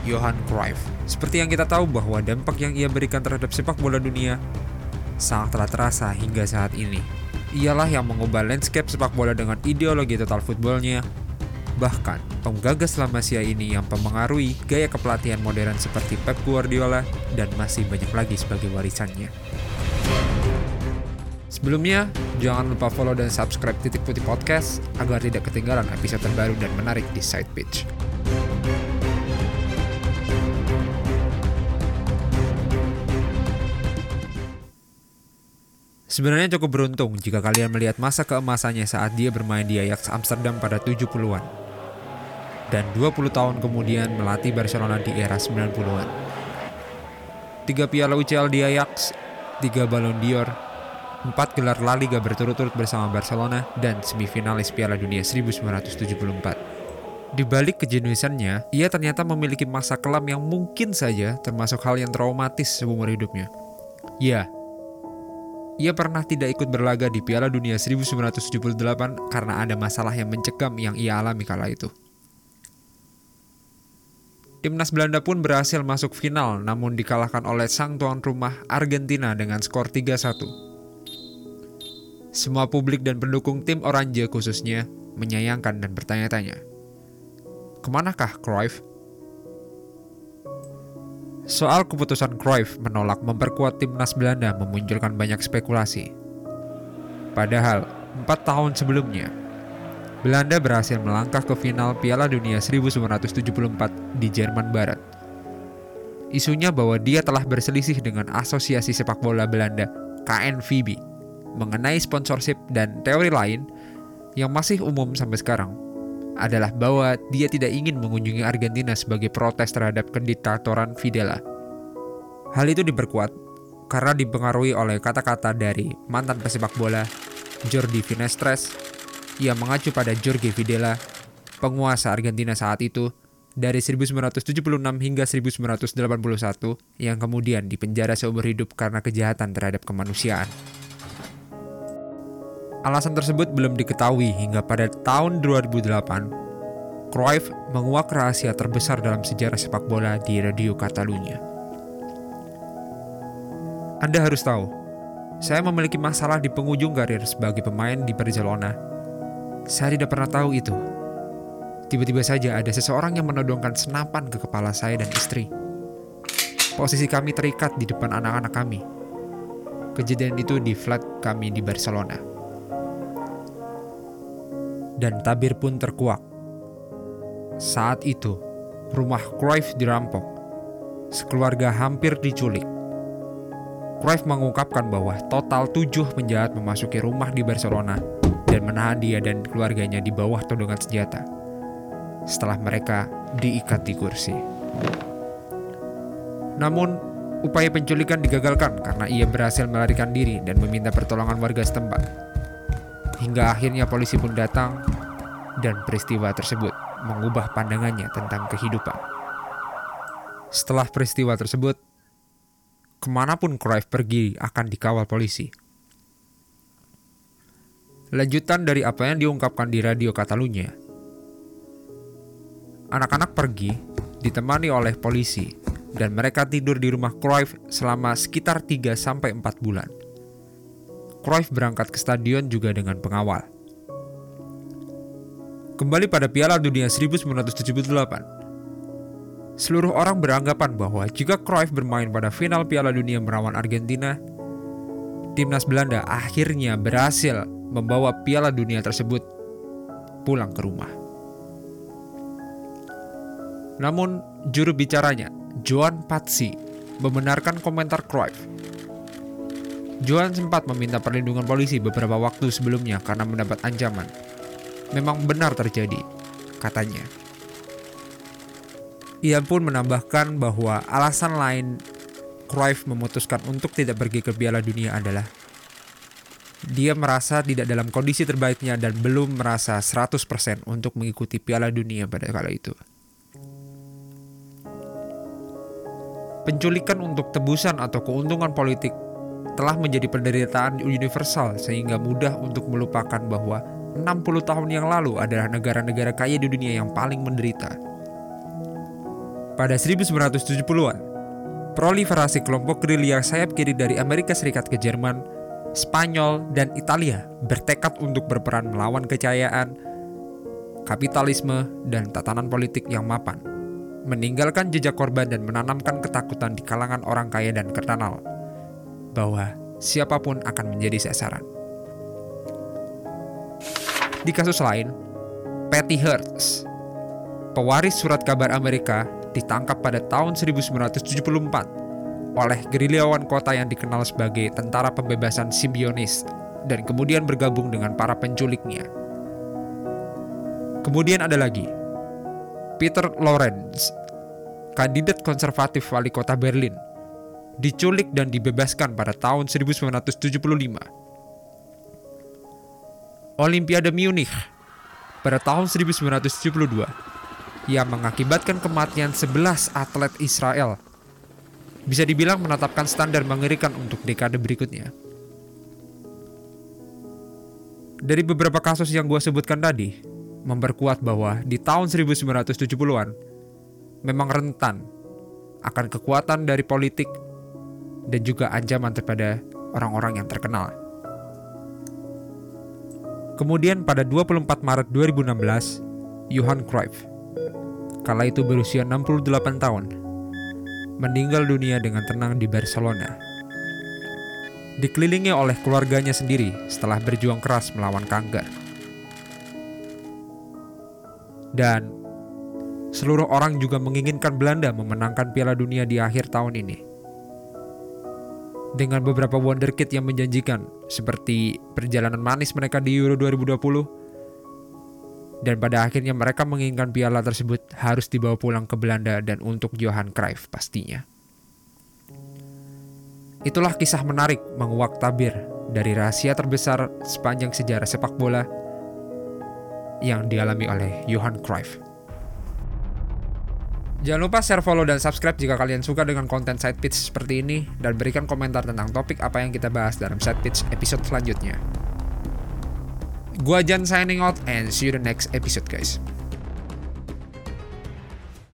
Johan Cruyff. Seperti yang kita tahu bahwa dampak yang ia berikan terhadap sepak bola dunia sangat telah terasa hingga saat ini. Ialah yang mengubah landscape sepak bola dengan ideologi total footballnya. Bahkan, penggagas La Masia ini yang mempengaruhi gaya kepelatihan modern seperti Pep Guardiola dan masih banyak lagi sebagai warisannya. Sebelumnya, jangan lupa follow dan subscribe Titik Putih Podcast agar tidak ketinggalan episode terbaru dan menarik di Side Pitch. Sebenarnya cukup beruntung jika kalian melihat masa keemasannya saat dia bermain di Ajax Amsterdam pada 70-an. Dan 20 tahun kemudian melatih Barcelona di era 90-an. 3 piala UCL di Ajax, 3 Ballon d'Or, 4 gelar La Liga berturut-turut bersama Barcelona, dan semifinalis Piala Dunia 1974. Di balik kejeniusannya, ia ternyata memiliki masa kelam yang mungkin saja termasuk hal yang traumatis seumur hidupnya. Ya, ia pernah tidak ikut berlaga di Piala Dunia 1978 karena ada masalah yang mencekam yang ia alami kala itu. Timnas Belanda pun berhasil masuk final namun dikalahkan oleh sang tuan rumah Argentina dengan skor 3-1. Semua publik dan pendukung tim Oranje khususnya menyayangkan dan bertanya-tanya, kemanakah Cruyff? Soal keputusan Cruyff menolak memperkuat timnas Belanda memunculkan banyak spekulasi. Padahal, 4 tahun sebelumnya, Belanda berhasil melangkah ke final Piala Dunia 1974 di Jerman Barat. Isunya bahwa dia telah berselisih dengan Asosiasi Sepak Bola Belanda KNVB mengenai sponsorship dan teori lain yang masih umum sampai sekarang adalah bahwa dia tidak ingin mengunjungi Argentina sebagai protes terhadap kendiktatoran Videla. Hal itu diperkuat karena dipengaruhi oleh kata-kata dari mantan pesepak bola Jordi Finestres yang mengacu pada Jorge Videla, penguasa Argentina saat itu dari 1976 hingga 1981 yang kemudian dipenjara seumur hidup karena kejahatan terhadap kemanusiaan. Alasan tersebut belum diketahui hingga pada tahun 2008, Cruyff menguak rahasia terbesar dalam sejarah sepak bola di Radio Catalunya. Anda harus tahu, saya memiliki masalah di penghujung karir sebagai pemain di Barcelona. Saya tidak pernah tahu itu. Tiba-tiba saja ada seseorang yang menodongkan senapan ke kepala saya dan istri. Posisi kami terikat di depan anak-anak kami. Kejadian itu di flat kami di Barcelona. Dan tabir pun terkuak. Saat itu, rumah Cruyff dirampok. Sekeluarga hampir diculik. Cruyff mengungkapkan bahwa total 7 penjahat memasuki rumah di Barcelona dan menahan dia dan keluarganya di bawah todongan senjata. Setelah mereka diikat di kursi. Namun, upaya penculikan digagalkan karena ia berhasil melarikan diri dan meminta pertolongan warga setempat. Hingga akhirnya polisi pun datang dan peristiwa tersebut mengubah pandangannya tentang kehidupan. Setelah peristiwa tersebut, kemanapun Cruyff pergi akan dikawal polisi. Lanjutan dari apa yang diungkapkan di Radio Catalunya, anak-anak pergi ditemani oleh polisi dan mereka tidur di rumah Cruyff selama sekitar 3-4 bulan. Cruyff berangkat ke stadion juga dengan pengawal. Kembali pada Piala Dunia 1978. Seluruh orang beranggapan bahwa jika Cruyff bermain pada final Piala Dunia melawan Argentina, timnas Belanda akhirnya berhasil membawa Piala Dunia tersebut pulang ke rumah. Namun, juru bicaranya, Joan Patsi, membenarkan komentar Cruyff. Joan sempat meminta perlindungan polisi beberapa waktu sebelumnya karena mendapat ancaman. Memang benar terjadi, katanya. Ia pun menambahkan bahwa alasan lain Cruyff memutuskan untuk tidak pergi ke Piala Dunia adalah dia merasa tidak dalam kondisi terbaiknya dan belum merasa 100% untuk mengikuti Piala Dunia pada kala itu. Penculikan untuk tebusan atau keuntungan politik telah menjadi penderitaan universal sehingga mudah untuk melupakan bahwa 60 tahun yang lalu adalah negara-negara kaya di dunia yang paling menderita. Pada 1970-an, proliferasi kelompok gerilya sayap kiri dari Amerika Serikat ke Jerman, Spanyol, dan Italia bertekad untuk berperan melawan kejayaan, kapitalisme, dan tatanan politik yang mapan, meninggalkan jejak korban dan menanamkan ketakutan di kalangan orang kaya dan terkenal bahwa siapapun akan menjadi sasaran. Di kasus lain, Patty Hearst, pewaris surat kabar Amerika, ditangkap pada tahun 1974 oleh gerilyawan kota yang dikenal sebagai Tentara Pembebasan Simbionis dan kemudian bergabung dengan para penculiknya. Kemudian ada lagi Peter Lawrence, kandidat konservatif wali kota Berlin, diculik dan dibebaskan pada tahun 1975. Olimpiade Munich pada tahun 1972 yang mengakibatkan kematian 11 atlet Israel bisa dibilang menetapkan standar mengerikan untuk dekade berikutnya. Dari beberapa kasus yang gue sebutkan tadi, memperkuat bahwa di tahun 1970-an memang rentan akan kekuatan dari politik dan juga ancaman kepada orang-orang yang terkenal. Kemudian pada 24 Maret 2016, Johan Cruyff, kala itu berusia 68 tahun, meninggal dunia dengan tenang di Barcelona. Dikelilingi oleh keluarganya sendiri setelah berjuang keras melawan kanker. Dan seluruh orang juga menginginkan Belanda memenangkan Piala Dunia di akhir tahun ini. Dengan beberapa wonderkid yang menjanjikan seperti perjalanan manis mereka di Euro 2020, dan pada akhirnya mereka menginginkan piala tersebut harus dibawa pulang ke Belanda dan untuk Johan Cruyff pastinya. Itulah kisah menarik menguak tabir dari rahasia terbesar sepanjang sejarah sepak bola yang dialami oleh Johan Cruyff. Jangan lupa share, follow, dan subscribe jika kalian suka dengan konten Side Pitch seperti ini, dan berikan komentar tentang topik apa yang kita bahas dalam Side Pitch episode selanjutnya. Gua Jan signing out and see you the next episode guys.